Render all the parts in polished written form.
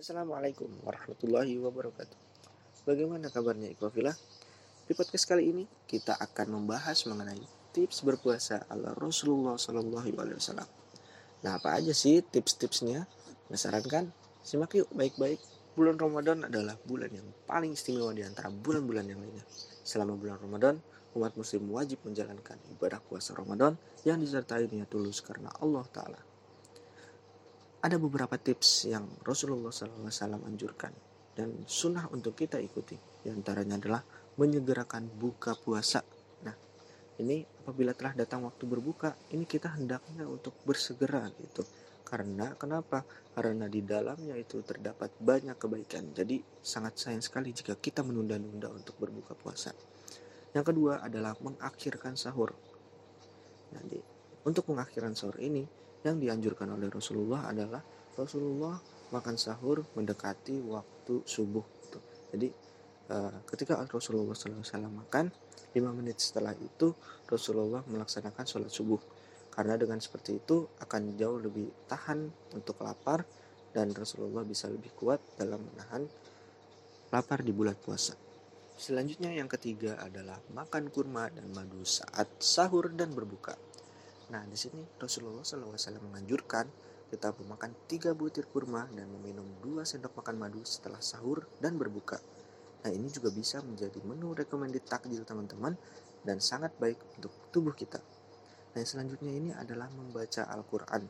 Assalamualaikum warahmatullahi wabarakatuh. Bagaimana kabarnya Ikhwafillah? Di podcast kali ini kita akan membahas mengenai tips berpuasa ala Rasulullah SAW. Nah, apa aja sih tips-tipsnya? Penasaran kan? Simak yuk baik-baik. Bulan Ramadan adalah bulan yang paling istimewa di antara bulan-bulan yang lainnya. Selama bulan Ramadan, umat muslim wajib menjalankan ibadah puasa Ramadan yang disertai niat tulus karena Allah Ta'ala. Ada beberapa tips yang Rasulullah SAW anjurkan dan sunnah untuk kita ikuti. Di antaranya adalah menyegerakan buka puasa. Nah, ini apabila telah datang waktu berbuka, ini kita hendaknya untuk bersegera gitu. Karena kenapa? Karena di dalamnya itu terdapat banyak kebaikan. Jadi sangat sayang sekali jika kita menunda-nunda untuk berbuka puasa. Yang kedua adalah mengakhirkan sahur. Jadi untuk mengakhirkan sahur ini, yang dianjurkan oleh Rasulullah adalah Rasulullah makan sahur mendekati waktu subuh. Jadi ketika Rasulullah SAW makan, 5 menit setelah itu Rasulullah melaksanakan sholat subuh. Karena dengan seperti itu akan jauh lebih tahan untuk lapar dan Rasulullah bisa lebih kuat dalam menahan lapar di bulan puasa. Selanjutnya yang ketiga adalah makan kurma dan madu saat sahur dan berbuka. Nah, di sini Rasulullah SAW menganjurkan kita memakan 3 butir kurma dan meminum 2 sendok makan madu setelah sahur dan berbuka. Nah, ini juga bisa menjadi menu recommended takjil teman-teman dan sangat baik untuk tubuh kita. Nah, selanjutnya ini adalah membaca Al-Quran.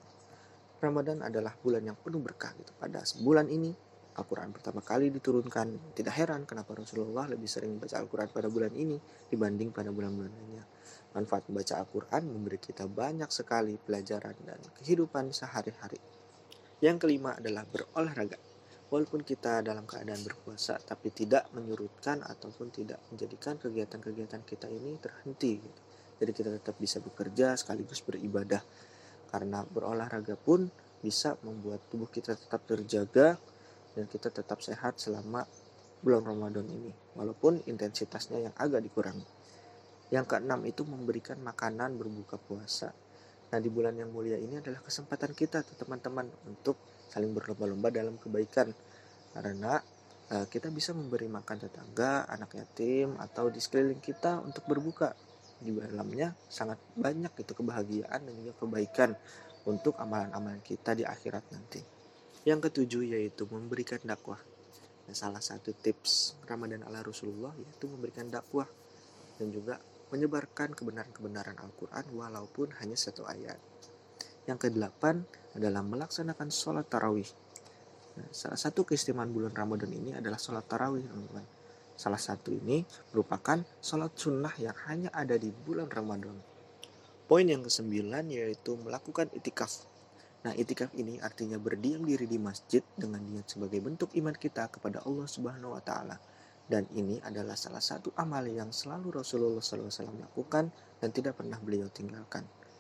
Ramadan adalah bulan yang penuh berkah gitu. Pada bulan ini Al-Quran pertama kali diturunkan. Tidak heran kenapa Rasulullah lebih sering membaca Al-Quran pada bulan ini dibanding pada bulan-bulan lainnya. Manfaat membaca Al-Quran memberi kita banyak sekali pelajaran dan kehidupan sehari-hari. Yang kelima adalah berolahraga. Walaupun kita dalam keadaan berpuasa, tapi tidak menyurutkan ataupun tidak menjadikan kegiatan-kegiatan kita ini terhenti. Gitu. Jadi kita tetap bisa bekerja sekaligus beribadah. Karena berolahraga pun bisa membuat tubuh kita tetap terjaga dan kita tetap sehat selama bulan Ramadan ini. Walaupun intensitasnya yang agak dikurangi. Yang keenam itu memberikan makanan berbuka puasa. Nah, di bulan yang mulia ini adalah kesempatan kita teman-teman untuk saling berlomba-lomba dalam kebaikan. Karena kita bisa memberi makan tetangga, anak yatim, atau di sekeliling kita untuk berbuka. Di dalamnya sangat banyak itu kebahagiaan dan juga kebaikan untuk amalan-amalan kita di akhirat nanti. Yang ketujuh yaitu memberikan dakwah. Nah, salah satu tips Ramadan ala Rasulullah yaitu memberikan dakwah dan juga menyebarkan kebenaran-kebenaran Al-Quran walaupun hanya satu ayat. Yang kedelapan adalah melaksanakan sholat tarawih. Nah, salah satu keistimewaan bulan Ramadan ini adalah sholat tarawih, teman-teman. Salah satu ini merupakan sholat sunnah yang hanya ada di bulan Ramadan. Poin yang kesembilan yaitu melakukan itikaf. Nah, itikaf ini artinya berdiam diri di masjid dengan niat sebagai bentuk iman kita kepada Allah Subhanahu wa Ta'ala. Dan ini adalah salah satu amal yang selalu Rasulullah SAW lakukan dan tidak pernah beliau tinggalkan.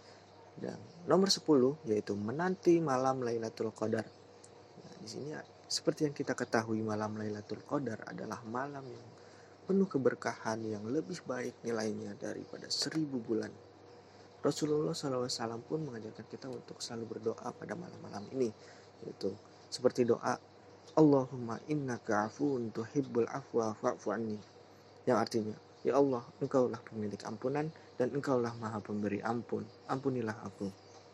Dan nomor 10 yaitu menanti malam Lailatul Qadar. Nah, di sini seperti yang kita ketahui malam Lailatul Qadar adalah malam yang penuh keberkahan yang lebih baik nilainya daripada 1000 bulan. Rasulullah SAW pun mengajarkan kita untuk selalu berdoa pada malam-malam ini, yaitu seperti doa Allahumma innaka afuun tuhibbul afwa fa'fu anni, yang artinya ya Allah, engkaulah pemilik ampunan dan engkaulah maha pemberi ampun, ampunilah aku.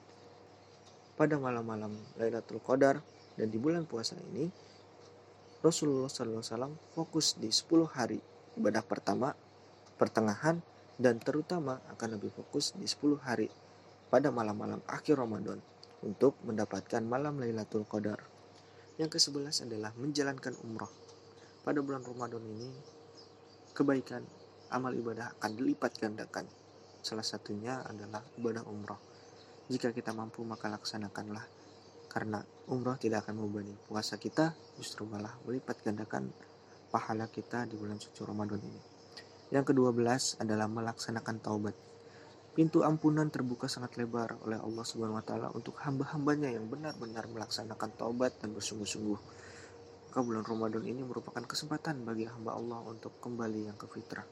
Pada malam-malam Lailatul Qadar dan di bulan puasa ini Rasulullah SAW fokus di 10 hari ibadah pertama, pertengahan, dan terutama akan lebih fokus di 10 hari pada malam-malam akhir Ramadan untuk mendapatkan malam Lailatul Qadar. Yang ke-11 adalah menjalankan umrah. Pada bulan Ramadan ini, kebaikan amal ibadah akan dilipat gandakan. Salah satunya adalah ibadah umrah. Jika kita mampu maka laksanakanlah, karena umrah tidak akan membebani puasa kita, justru malah melipat gandakan pahala kita di bulan suci Ramadan ini. Yang ke-12 adalah melaksanakan taubat. Pintu ampunan terbuka sangat lebar oleh Allah Subhanahu wa Ta'ala untuk hamba-hambanya yang benar-benar melaksanakan taubat dan bersungguh-sungguh. Maka bulan Ramadan ini merupakan kesempatan bagi hamba Allah untuk kembali yang ke fitrah.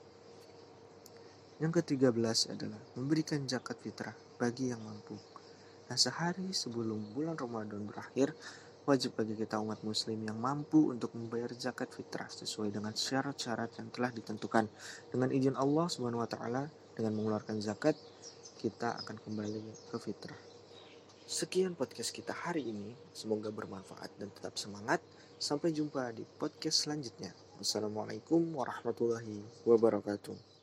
Yang ke-13 adalah memberikan zakat fitrah bagi yang mampu. Nah, sehari sebelum bulan Ramadan berakhir, wajib bagi kita umat muslim yang mampu untuk membayar zakat fitrah sesuai dengan syarat-syarat yang telah ditentukan. Dengan izin Allah Subhanahu wa taala, dengan mengeluarkan zakat, kita akan kembali ke fitrah. Sekian podcast kita hari ini, semoga bermanfaat dan tetap semangat. Sampai jumpa di podcast selanjutnya. Wassalamualaikum warahmatullahi wabarakatuh.